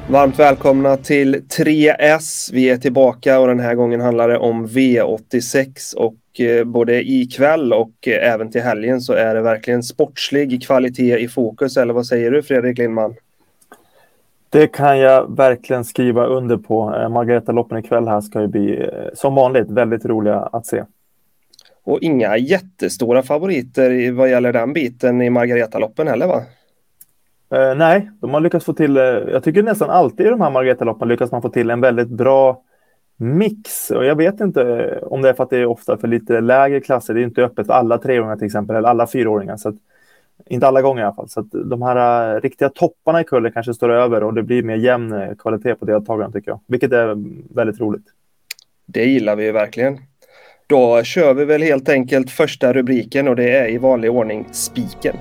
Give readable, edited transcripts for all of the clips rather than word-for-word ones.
Varmt välkomna till 3S. Vi är tillbaka och den här gången handlar det om V86 och både ikväll och även till helgen så är det verkligen sportslig kvalitet i fokus. Eller vad säger du, Fredrik Lindman? Det kan jag verkligen skriva under på. Margareta-loppen ikväll här ska ju bli som vanligt väldigt roliga att se. Och inga jättestora favoriter vad gäller den biten i Margareta-loppen heller, va? Nej, de har lyckats få till, jag tycker nästan alltid i de här Margareta-loppen lyckas man få till en väldigt bra mix. Och jag vet inte om det är för att det är ofta för lite lägre klasser. Det är inte öppet för alla 3-åringar till exempel, eller alla 4-åringar. Så att, inte alla gånger i alla fall. Så att de här riktiga topparna i kullen kanske står över och det blir mer jämn kvalitet på deltagarna tycker jag. Vilket är väldigt roligt. Det gillar vi ju verkligen. Då kör vi väl helt enkelt första rubriken och det är i vanlig ordning spiken.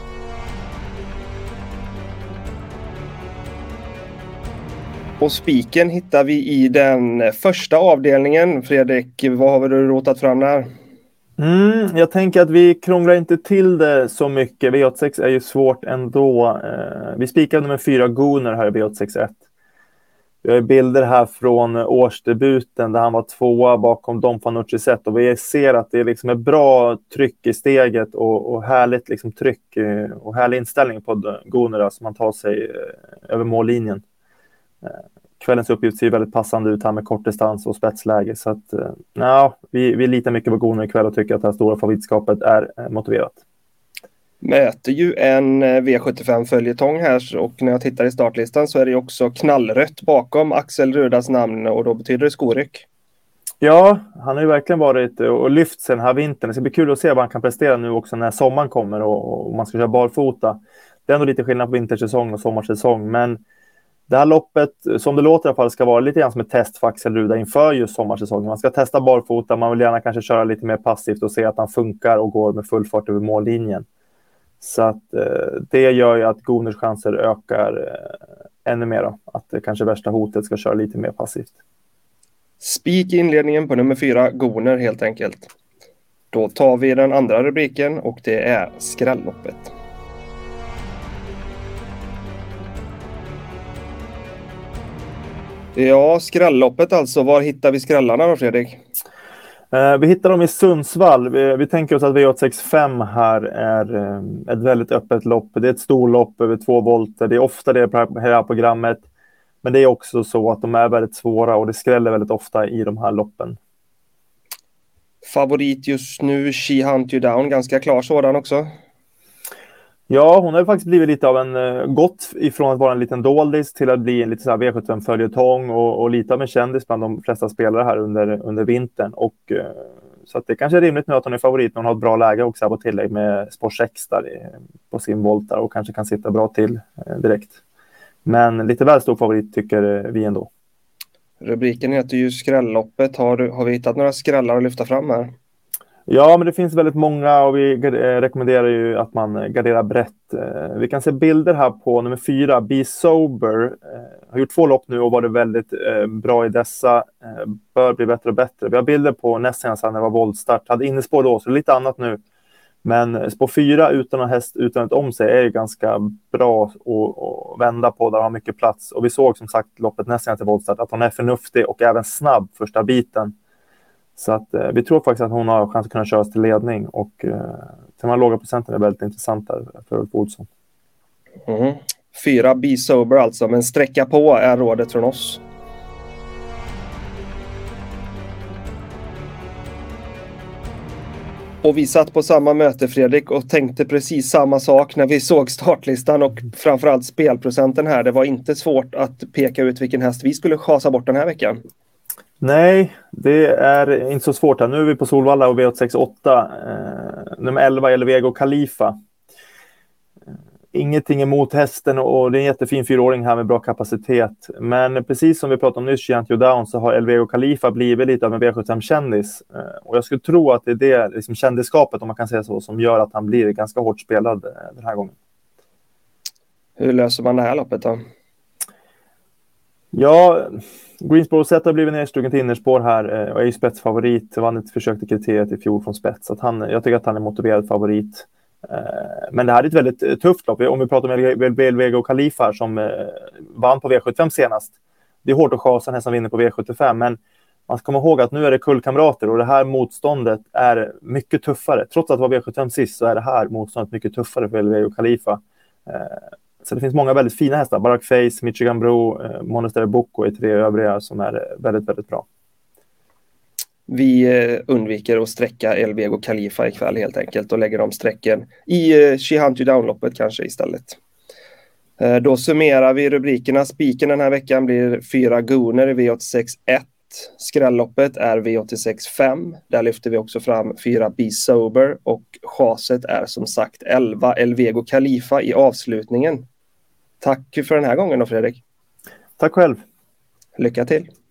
Och spiken hittar vi i den första avdelningen. Fredrik, vad har du rotat fram där? Jag tänker att vi krånglar inte till det så mycket. V86 är ju svårt ändå. Vi spikar nummer 4 Gunnar här i V86.1. Vi har bilder här från årsdebuten där han var 2 bakom Dom Fanucci Zet. Och vi ser att det är liksom ett bra tryck i steget och härligt liksom tryck och härlig inställning på Gunnar som man tar sig över mållinjen. Kvällens uppgift ser väldigt passande ut här med kortdistans och spetsläge. Så att, vi litar mycket på Gunnar ikväll och tycker att det här stora favoritskapet är motiverat. Möter ju en V75-följetong här och när jag tittar i startlistan så är det också knallrött bakom Axel Rudas namn och då betyder det skoryck. Ja, han har ju verkligen varit och lyft sig den här vintern. Det ska bli kul att se vad han kan prestera nu också när sommaren kommer och man ska köra barfota. Det är ändå lite skillnad på vintersäsong och sommarsäsong, men det här loppet, som det låter i alla fall, ska vara lite grann som ett test för Axel Ruda inför just sommarsäsongen. Man ska testa barfota, man vill gärna kanske köra lite mer passivt och se att han funkar och går med full fart över mållinjen. Så att det gör ju att Gunners chanser ökar ännu mer då. Att det kanske värsta hotet ska köra lite mer passivt. Spik i inledningen på nummer 4, Gunner helt enkelt. Då tar vi den andra rubriken och det är skrälloppet. Ja, skrälloppet alltså. Var hittar vi skrällarna då, Fredrik? Vi hittar dem i Sundsvall. Vi tänker oss att V865 här är ett väldigt öppet lopp. Det är ett storlopp över 2 volter. Det är ofta det här programmet. Men det är också så att de är väldigt svåra och det skräller väldigt ofta i de här loppen. Favorit just nu, She Hunt You Down. Ganska klar sådan också. Ja, hon har faktiskt blivit lite av en gått ifrån att vara en liten doldis till att bli en lite så här V75-följetong och lite av en kändis bland de flesta spelare här under vintern. Och så att det kanske är rimligt nu att hon är favorit när hon har ett bra läge också här på tillägg med spår 6 där på sin volt där och kanske kan sitta bra till direkt. Men lite väl stor favorit tycker vi ändå. Rubriken heter ju skrälloppet. Har vi hittat några skrällar att lyfta fram här? Ja, men det finns väldigt många och vi rekommenderar ju att man garderar brett. Vi kan se bilder här på nummer 4, Be Sober. Har gjort 2 lopp nu och varit väldigt bra i dessa. Bör bli bättre och bättre. Vi har bilder på nästan när det var voltstart. Hade innespår då, så det är lite annat nu. Men spår 4 utan en häst utan ett om sig är ju ganska bra att vända på där har mycket plats. Och vi såg som sagt loppet nästan till voltstart att hon är förnuftig och även snabb första biten. Så att vi tror faktiskt att hon har chans att kunna köras till ledning och de här låga procenten är väldigt intressant där för Ulf Olsson. 4 Be Sober alltså, men sträcka på är rådet från oss. Och vi satt på samma möte, Fredrik, och tänkte precis samma sak när vi såg startlistan och framförallt spelprocenten här. Det var inte svårt att peka ut vilken häst vi skulle chasa bort den här veckan. Nej, det är inte så svårt här. Nu är vi på Solvalla och V868. Nummer 11, Elvego Khalifa. Ingenting emot hästen och det är en jättefin 4-åring här med bra kapacitet. Men precis som vi pratade om nyss, She Hunt You Down, så har Elvego Khalifa blivit lite av en V75-kändis. Och jag skulle tro att det är det liksom kändisskapet, om man kan säga så, som gör att han blir ganska hårt spelad den här gången. Hur löser man det här loppet då? Ja, Greensboro Zet har blivit nedstruken till innerspår här och är ju spetsfavorit. Vann ett försök till kriteriet i fjol från spets. Så att jag tycker att han är motiverad favorit. Men det här är ett väldigt tufft lopp. Om vi pratar om El Vega och Khalifa som vann på V75 senast. Det är hårt att chasa en häst som vinner på V75, men man ska komma ihåg att nu är det kullkamrater och det här motståndet är mycket tuffare. Trots att det var V75 sist så är det här motståndet mycket tuffare för El Vega och Khalifa. Så det finns många väldigt fina hästar. Barack Face, Michigan Bro, Monastery Boko är 3 övriga som är väldigt, väldigt bra. Vi undviker att sträcka El Vega och Khalifa ikväll helt enkelt och lägger de sträcken i She Hunt You Down-loppet kanske istället. Då summerar vi rubrikerna. Spiken den här veckan blir 4 Gooner i V86 1. Skrälloppet är V86 5. Där lyfter vi också fram 4 Be Sober och chaset är som sagt 11 El Vega och Khalifa i avslutningen. Tack för den här gången då, Fredrik. Tack själv. Lycka till.